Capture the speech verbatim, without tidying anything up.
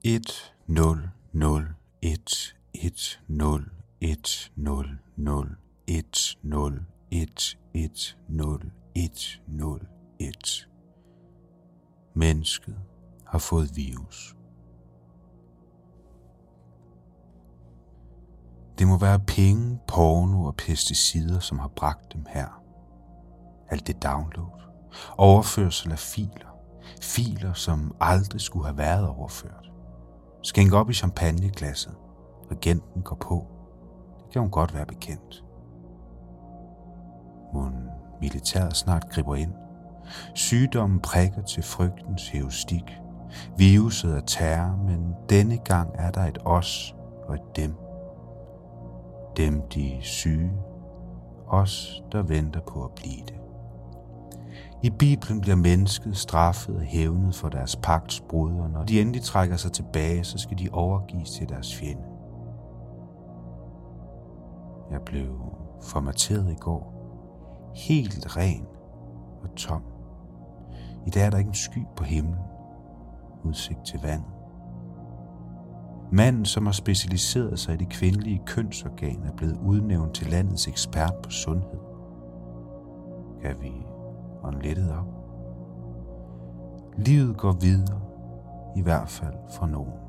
et nul nul et et nul et nul nul et nul et et nul et nul et. Mennesket har fået virus. Det må være penge, porno og pesticider, som har bragt dem her. Alt det download, overførsel af filer, filer, som aldrig skulle have været overført. Skænk op i champagneglasset, regenten går på. Det kan hun godt være bekendt. Mon militæret snart griber ind. Sygdommen prikker til frygtens heustik. Viruset er terror, men denne gang er der et os og et dem. Dem de syge, os der venter på at blive det. I Bibelen bliver mennesket straffet og hævnet for deres pagtsbrud, og når de endelig trækker sig tilbage, så skal de overgives til deres fjende. Jeg blev formateret i går, helt ren og tom. I dag er der ikke en sky på himlen, udsigt til vandet. Manden, som har specialiseret sig i det kvindelige kønsorgan, er blevet udnævnt til landets ekspert på sundhed. Kan vi ånde lettet op? Livet går videre, i hvert fald for nogen.